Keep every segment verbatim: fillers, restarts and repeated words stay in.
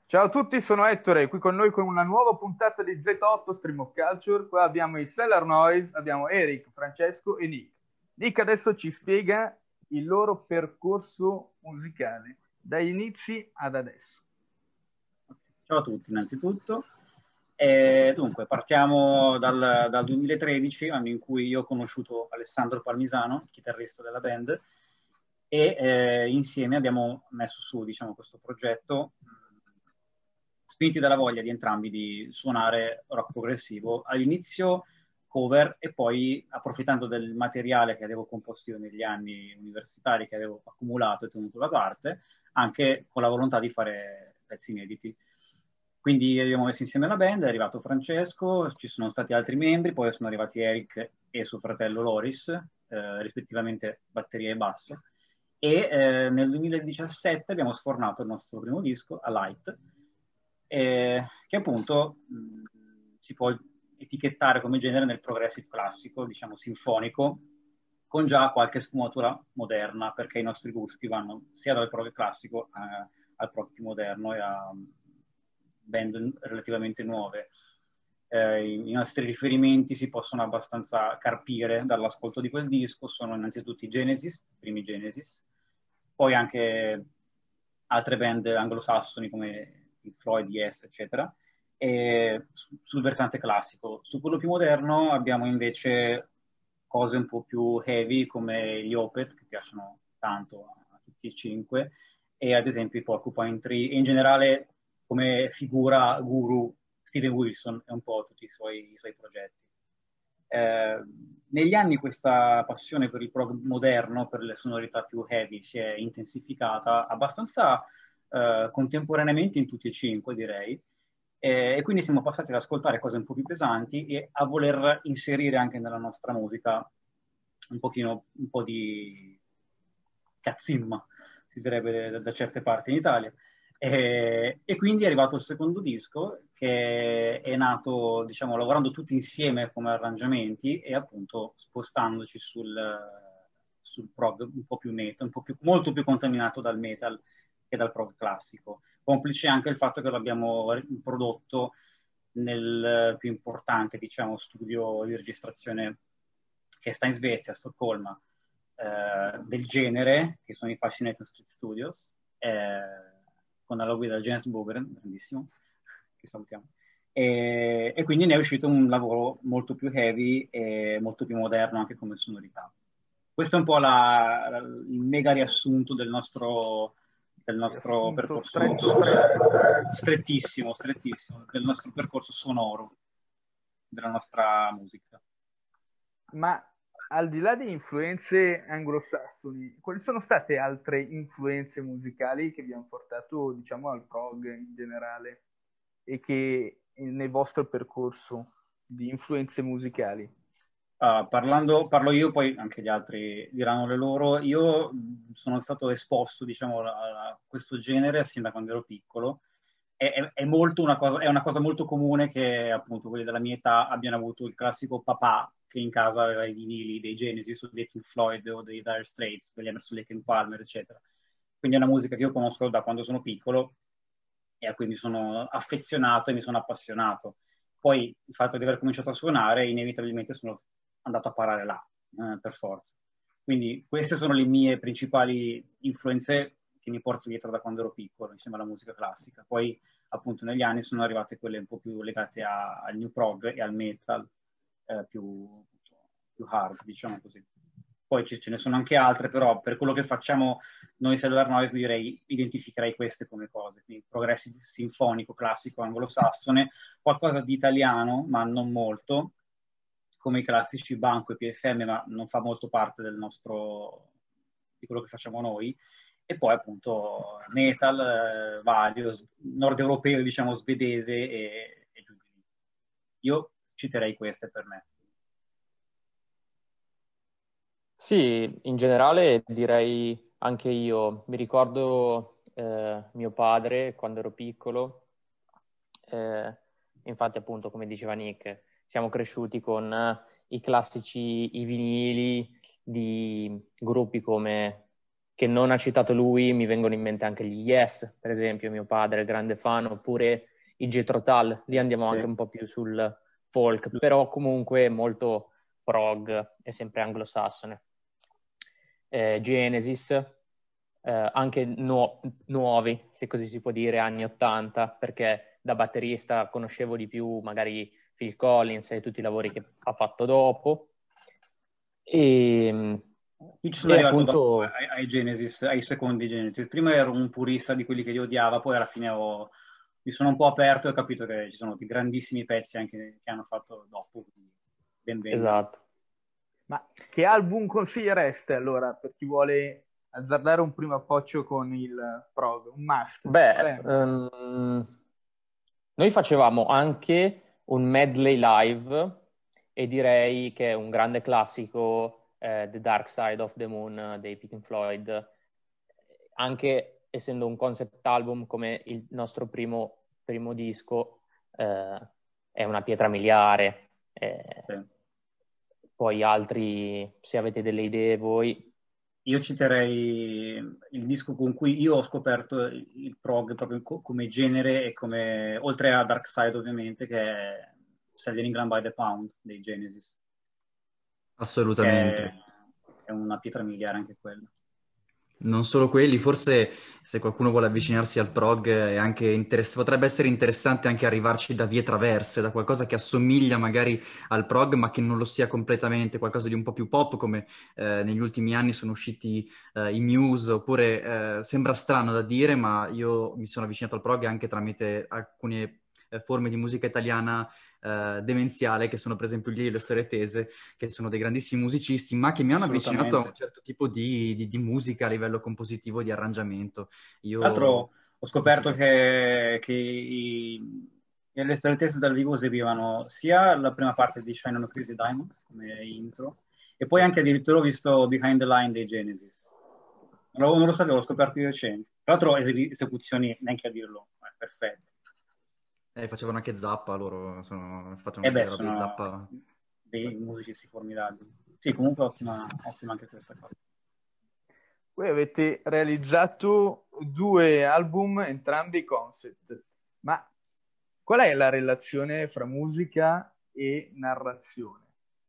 Ciao a tutti, sono Ettore, qui con noi con una nuova puntata di Z otto Stream of Culture. Qua abbiamo i Cellar Noise, abbiamo Eric, Francesco e Nick. Nick adesso ci spiega il loro percorso musicale, dagli inizi ad adesso. Ciao a tutti, innanzitutto. E dunque, partiamo dal, dal duemilatredici, anno in cui io ho conosciuto Alessandro Palmisano, chitarrista della band, e eh, insieme abbiamo messo su, diciamo, questo progetto, spinti dalla voglia di entrambi di suonare rock progressivo. All'inizio cover e poi, approfittando del materiale che avevo composto io negli anni universitari, che avevo accumulato e tenuto da parte, anche con la volontà di fare pezzi inediti. Quindi abbiamo messo insieme la band, è arrivato Francesco, ci sono stati altri membri, poi sono arrivati Eric e suo fratello Loris, eh, rispettivamente batteria e basso. E eh, nel duemiladiciassette abbiamo sfornato il nostro primo disco, A Light, eh, che appunto mh, si può etichettare come genere nel progressive classico, diciamo sinfonico, con già qualche sfumatura moderna, perché i nostri gusti vanno sia dal prog classico a, al prog più moderno e a band relativamente nuove. Eh, i, I nostri riferimenti si possono abbastanza carpire dall'ascolto di quel disco, sono innanzitutto i Genesis, i primi Genesis, poi anche altre band anglosassoni come i Floyd, Yes, eccetera, e sul versante classico. Su quello più moderno abbiamo invece cose un po' più heavy come gli Opeth, che piacciono tanto a tutti e cinque, e ad esempio i Porcupine Tree, e in generale come figura guru Steven Wilson e un po' tutti i suoi, i suoi progetti. Eh, negli anni questa passione per il prog moderno, per le sonorità più heavy, si è intensificata abbastanza eh, contemporaneamente in tutti e cinque, direi, eh, e quindi siamo passati ad ascoltare cose un po' più pesanti e a voler inserire anche nella nostra musica un pochino, un po' di cazzimma, si direbbe da, da certe parti in Italia. E, e quindi è arrivato il secondo disco che è nato, diciamo, lavorando tutti insieme come arrangiamenti e appunto spostandoci sul, sul prog un po' più metal, un po' più, molto più contaminato dal metal che dal prog classico. Complice anche il fatto che l'abbiamo prodotto nel più importante, diciamo, studio di registrazione che sta in Svezia, a Stoccolma, eh, del genere, che sono i Fascinating Street Studios, eh, con la guida di James Bogren, grandissimo, che salutiamo. E, e quindi ne è uscito un lavoro molto più heavy e molto più moderno anche come sonorità. Questo è un po' la, la, il mega riassunto del nostro, del nostro Riassunto percorso stretto stretto. strettissimo, strettissimo, del nostro percorso sonoro, della nostra musica. Ma al di là di influenze anglosassoni, quali sono state altre influenze musicali che vi hanno portato, diciamo, al prog in generale e che nel vostro percorso di influenze musicali? Uh, parlando, parlo io, poi anche gli altri diranno le loro. Io mh, sono stato esposto, diciamo, a, a questo genere sin da quando ero piccolo. È, è, è molto una cosa, è una cosa molto comune che appunto quelli della mia età abbiano avuto il classico papà che in casa aveva i vinili dei Genesis o dei Pink Floyd o dei Dire Straits, degli Emerson Lake and Palmer, eccetera. Quindi è una musica che io conosco da quando sono piccolo e a cui mi sono affezionato e mi sono appassionato. Poi il fatto di aver cominciato a suonare, inevitabilmente sono andato a parare là, eh, per forza. Quindi queste sono le mie principali influenze che mi porto dietro da quando ero piccolo, insieme alla musica classica. Poi, appunto, negli anni sono arrivate quelle un po' più legate a, al new prog e al metal, eh, più, più hard, diciamo così. Poi ce, ce ne sono anche altre, però per quello che facciamo noi Cellular Noise direi, identificherei queste come cose. Quindi progressive sinfonico, classico, anglosassone, qualcosa di italiano, ma non molto, come i classici Banco e P F M, ma non fa molto parte del nostro, di quello che facciamo noi. E poi appunto metal, eh, vario, nord europeo, diciamo svedese e, e giù di lì. Io citerei queste per me. Sì, in generale direi anche io. Mi ricordo eh, mio padre quando ero piccolo, eh, infatti appunto come diceva Nick, siamo cresciuti con eh, i classici, i vinili di gruppi come che non ha citato lui, mi vengono in mente anche gli Yes, per esempio, mio padre è grande fan, oppure i Jethro Tull, lì andiamo Sì. anche un po' più sul folk, però comunque molto prog e sempre anglosassone. Eh, Genesis, eh, anche nu- nuovi, se così si può dire, anni ottanta, perché da batterista conoscevo di più magari Phil Collins e tutti i lavori che ha fatto dopo. E, Io ci sono e arrivato dopo appunto... ai, ai Genesis, ai secondi Genesis. Prima ero un purista di quelli che li odiava, poi alla fine ho, mi sono un po' aperto e ho capito che ci sono dei grandissimi pezzi anche che hanno fatto dopo, quindi ben vengano. Esatto. Ma che album consigliereste allora per chi vuole azzardare un primo approccio con il prog? Un must? Qual Beh, è? ehm, noi facevamo anche un medley live e direi che è un grande classico, eh, The Dark Side of the Moon eh, dei Pink Floyd, anche essendo un concept album come il nostro primo, primo disco, eh, è una pietra miliare. eh, Sì. Poi altri, se avete delle idee voi. Io citerei il disco con cui io ho scoperto il prog proprio co- come genere e come, oltre a Dark Side ovviamente, che è Selling England by the Pound dei Genesis, che è, Assolutamente. è una pietra miliare anche quella. Non solo quelli, forse se qualcuno vuole avvicinarsi al prog è anche interess- potrebbe essere interessante anche arrivarci da vie traverse, da qualcosa che assomiglia magari al prog ma che non lo sia completamente, qualcosa di un po' più pop come eh, negli ultimi anni sono usciti eh, i Muse, oppure eh, sembra strano da dire ma io mi sono avvicinato al prog anche tramite alcune eh, forme di musica italiana eh, demenziale che sono per esempio gli e le storie tese, che sono dei grandissimi musicisti, ma che mi hanno avvicinato a un certo tipo di, di, di musica a livello compositivo, di arrangiamento. Tra l'altro Io... ho scoperto che, che i, le storie tese dal vivo eseguivano sia la prima parte di Shine on a Crazy Diamond come intro, e poi Sì. anche addirittura ho visto Behind the Line dei Genesis. Non lo, non lo sapevo, l'ho scoperto di recente. Tra l'altro esegui- esecuzioni, neanche a dirlo, eh, perfette. Eh, facevano anche Zappa, loro sono, facevano E beh, delle robe di sono Zappa. dei musicisti formidabili. Sì, comunque ottima, ottima anche questa cosa. Voi avete realizzato due album, entrambi concept, ma qual è la relazione fra musica e narrazione?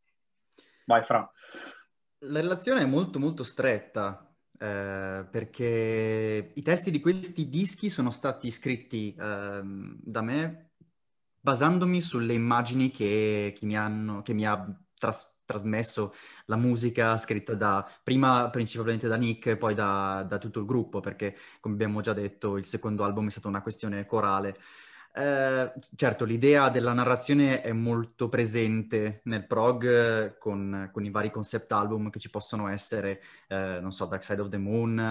Vai, Fra. La relazione è molto molto stretta, eh, perché i testi di questi dischi sono stati scritti ehm, da me basandomi sulle immagini che, che mi hanno, che mi ha tras- trasmesso la musica scritta da, prima principalmente da Nick e poi da, da tutto il gruppo, perché come abbiamo già detto il secondo album è stata una questione corale. Eh, certo, l'idea della narrazione è molto presente nel prog eh, con, con i vari concept album che ci possono essere, eh, non so, Dark Side of the Moon,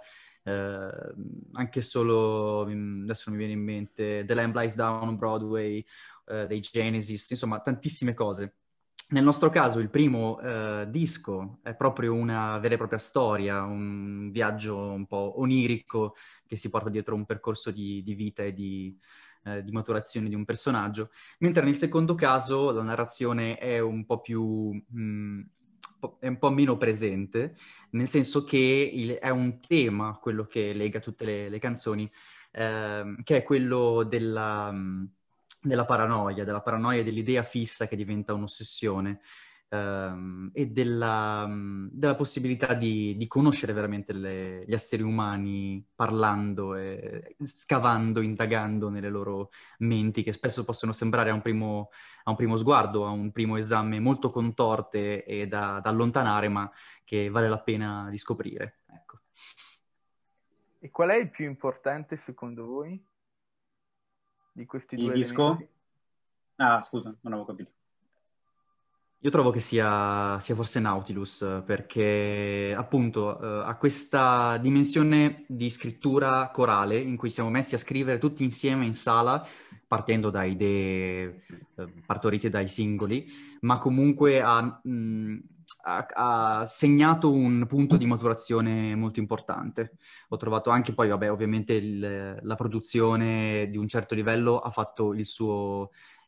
eh, anche solo, mm, adesso non mi viene in mente, The Lamb Lies Down on Broadway, eh, dei Genesis, insomma, tantissime cose. Nel nostro caso il primo eh, disco è proprio una vera e propria storia, un viaggio un po' onirico che si porta dietro un percorso di, di vita e di, eh, di maturazione di un personaggio, mentre nel secondo caso la narrazione è un po' più... mh, è un po' meno presente, nel senso che il- è un tema quello che lega tutte le, le canzoni, ehm, che è quello della, mh, della paranoia, della paranoia e dell'idea fissa che diventa un'ossessione, ehm, e della, mh, della possibilità di, di conoscere veramente le- gli esseri umani parlando, e scavando, indagando nelle loro menti, che spesso possono sembrare a un primo, a un primo sguardo, a un primo esame molto contorte e da, da allontanare, ma che vale la pena di scoprire. Ecco. E qual è il più importante secondo voi di questi Il due disco? elementi? Ah, scusa, non avevo capito. Io trovo che sia, sia forse Nautilus, perché appunto eh, ha questa dimensione di scrittura corale in cui siamo messi a scrivere tutti insieme in sala, partendo da idee eh, partorite dai singoli, ma comunque ha, mh, ha- ha segnato un punto di maturazione molto importante. Ho trovato anche poi, vabbè, ovviamente il- la produzione di un certo livello ha fatto il suo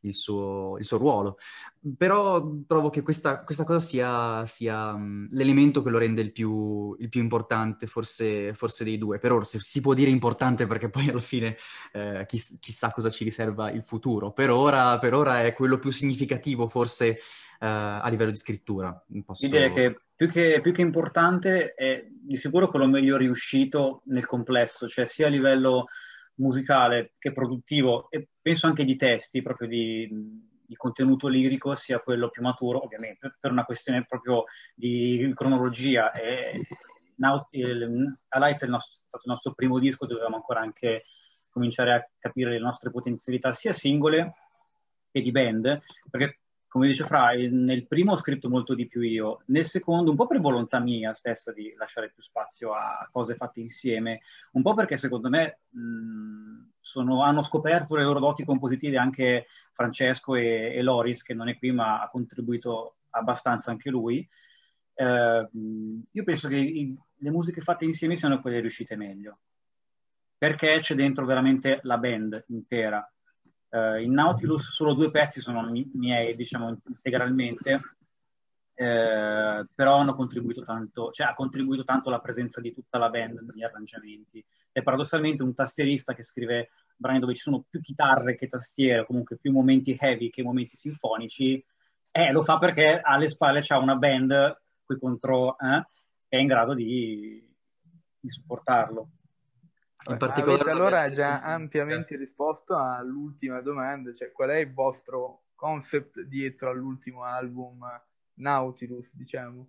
il suo, il suo ruolo. Però trovo che questa, questa cosa sia, sia um, l'elemento che lo rende il più, il più importante, forse, forse dei due. Per ora se si può dire importante, perché poi alla fine eh, chiss- chissà cosa ci riserva il futuro. Per ora, per ora è quello più significativo, forse, Uh, a livello di scrittura. Posso... Io direi che più, che più che importante è di sicuro quello meglio riuscito nel complesso, cioè sia a livello musicale che produttivo, e penso anche di testi, proprio di, di contenuto lirico, sia quello più maturo, ovviamente per, per una questione proprio di cronologia. E Now, il, Alight è, il nostro, è stato il nostro primo disco, dovevamo ancora anche cominciare a capire le nostre potenzialità sia singole che di band, perché come dice Fra, nel primo ho scritto molto di più io, nel secondo un po' per volontà mia stessa di lasciare più spazio a cose fatte insieme, un po' perché secondo me mh, sono, hanno scoperto le loro doti compositive anche Francesco e, e Loris, che non è qui ma ha contribuito abbastanza anche lui. Eh, io penso che i, le musiche fatte insieme siano quelle riuscite meglio, perché c'è dentro veramente la band intera. Uh, in Nautilus solo due pezzi sono mi- miei, diciamo, integralmente, eh, però hanno contribuito tanto, cioè ha contribuito tanto la presenza di tutta la band negli arrangiamenti. E paradossalmente un tastierista che scrive brani dove ci sono più chitarre che tastiere, comunque più momenti heavy che momenti sinfonici, eh, lo fa perché alle spalle c'ha una band qui contro, eh, che è in grado di, di supportarlo. In particolare avete allora vabbè, già sì, ampiamente sì. risposto all'ultima domanda, cioè qual è il vostro concept dietro all'ultimo album Nautilus, diciamo?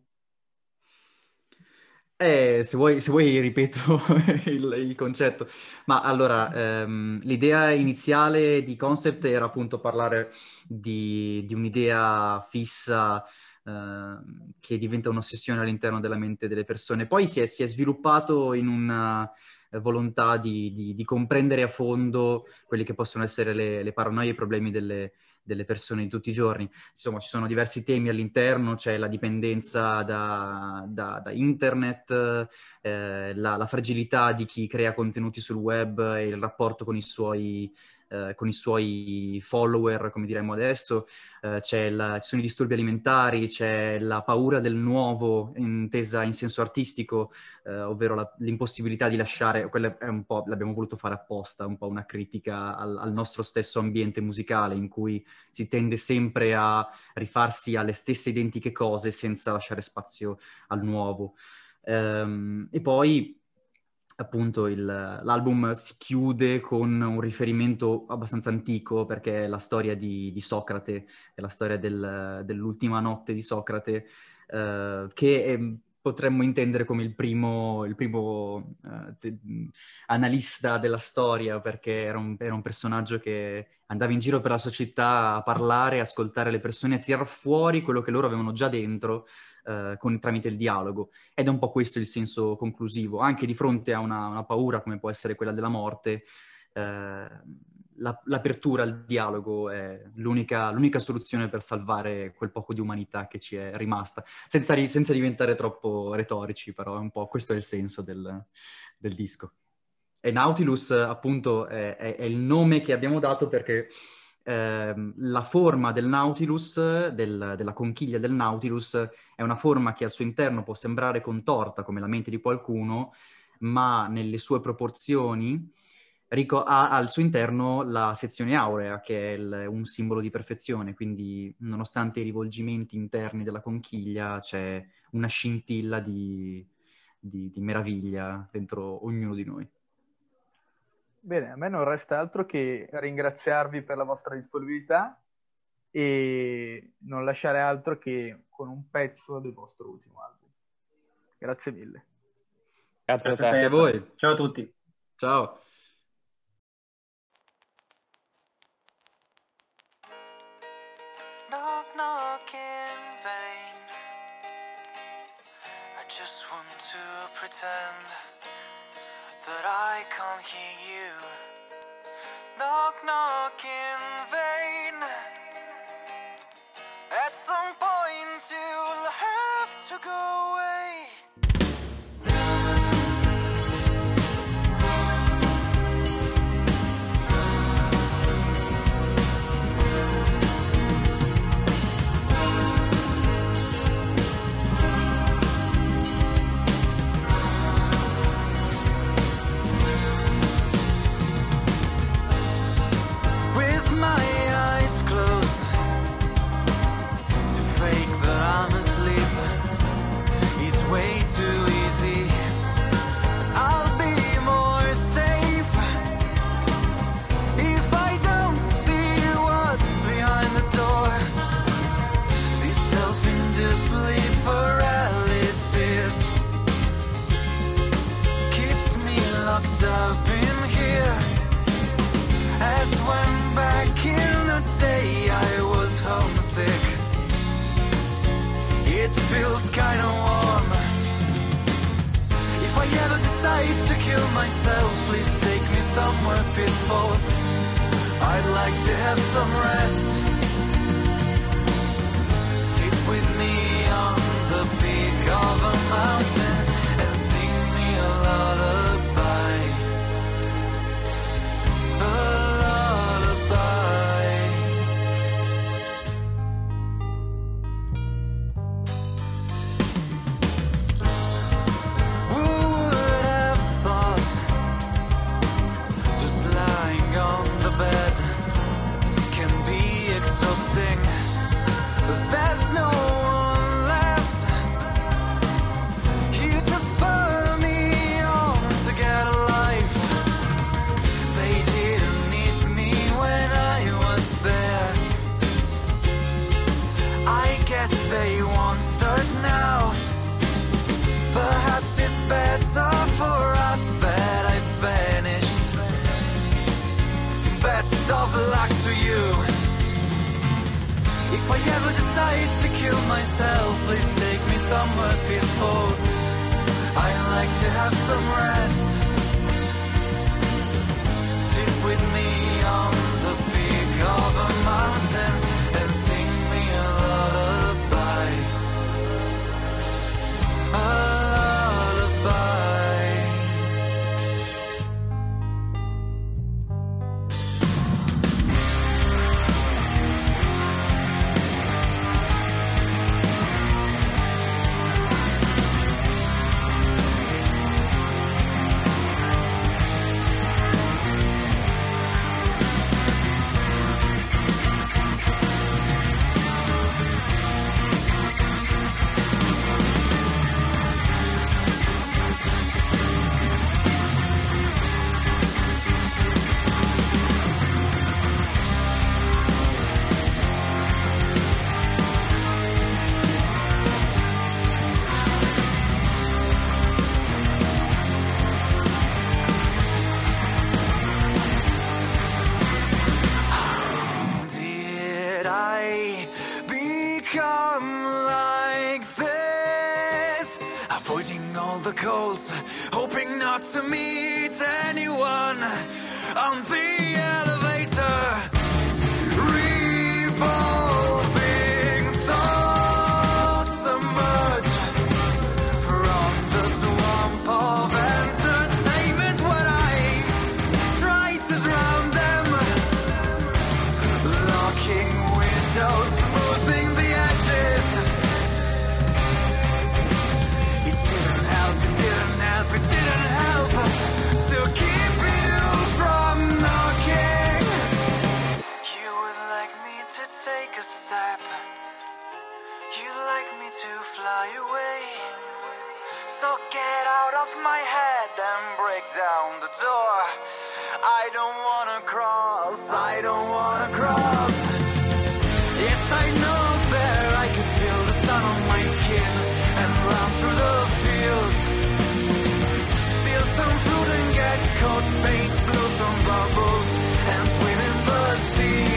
Eh, se vuoi, se vuoi ripeto il, il concetto. Ma allora, ehm, l'idea iniziale di concept era appunto parlare di, di un'idea fissa ehm, che diventa un'ossessione all'interno della mente delle persone. Poi si è, si è sviluppato in una eh, volontà di, di- di comprendere a fondo quelli che possono essere le, le paranoie e i problemi delle, delle persone di tutti i giorni. Insomma, ci sono diversi temi all'interno, c'è la dipendenza da, da- da internet, eh, la, la fragilità di chi crea contenuti sul web e il rapporto con i suoi, eh, con i suoi follower, come diremmo adesso, eh, c'è la- ci sono i disturbi alimentari, c'è la paura del nuovo intesa in senso artistico, eh, ovvero la- l'impossibilità di lasciare, quella è un po', l'abbiamo voluto fare apposta, un po' una critica al, al nostro stesso ambiente musicale in cui si tende sempre a rifarsi alle stesse identiche cose senza lasciare spazio al nuovo. Ehm, e poi appunto il- l'album si chiude con un riferimento abbastanza antico perché è la storia di, di Socrate, è la storia del- dell'ultima notte di Socrate, eh, che è- potremmo intendere come il primo, il primo eh, te- analista della storia, perché era un, era un personaggio che andava in giro per la società a parlare, ascoltare le persone, a tirar fuori quello che loro avevano già dentro eh, con- tramite il dialogo. Ed è un po' questo il senso conclusivo, anche di fronte a una, una paura come può essere quella della morte. eh, la- l'apertura al dialogo è l'unica, l'unica soluzione per salvare quel poco di umanità che ci è rimasta, senza, ri- senza diventare troppo retorici, però è un po' questo è il senso del, del disco. E Nautilus, appunto, è, è- è il nome che abbiamo dato perché ehm, la forma del Nautilus, del- della conchiglia del Nautilus, è una forma che al suo interno può sembrare contorta come la mente di qualcuno, ma nelle sue proporzioni rico- ha al suo interno la sezione aurea, che è il- un simbolo di perfezione, quindi nonostante i rivolgimenti interni della conchiglia c'è una scintilla di, di- di meraviglia dentro ognuno di noi. Bene, a me non resta altro che ringraziarvi per la vostra disponibilità e non lasciare altro che con un pezzo del vostro ultimo album. Grazie mille. Grazie a Grazie a te. Grazie a te. voi. Ciao a tutti. Ciao. Knock, knock in vain. I just want to pretend that I can't hear you. Knock, knock in vain. At some point you'll have to go away. myself, please take me somewhere peaceful. I'd like to have some rest. Sit with me on the peak of a mountain and sing me a lullaby. A lullaby. Who would have thought just lying on the bed can be exhausting? There's no one left here to spur me on to get alive. They didn't need me when I was there. I guess they won't start now. Perhaps it's better for us that I vanished. Best of luck to you. If I ever decide to kill myself, please take me somewhere peaceful. I'd like to have some rest. Sit with me on the peak of a mountain and sing me a lullaby. A lullaby. Did I become like this? Avoiding all the calls, hoping not to meet anyone on the elevator. Revolving thoughts emerge from the swamp of entertainment when I try to drown them. Locking windows, smoothing the edges. It didn't help, it didn't help, it didn't help to keep you from knocking. You would like me to take a step. You'd like me to fly away. So get out of my head and break down the door. I don't wanna cross, I don't wanna cross. Yes, I know there I can feel the sun on my skin and run through the fields. Steal some fruit and get caught, paint, blow some bubbles and swim in the sea.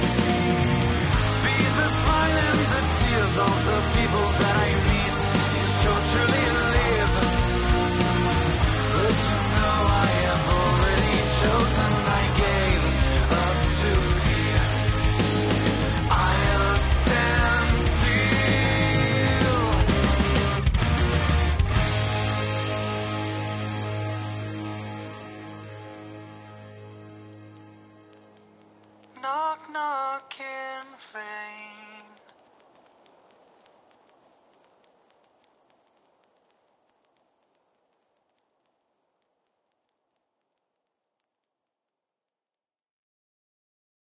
Be the smile and the tears of the people that I meet. You should truly live. But you know I have already chosen. I gave up to fear. I'll stand still. Knock, knock in vain.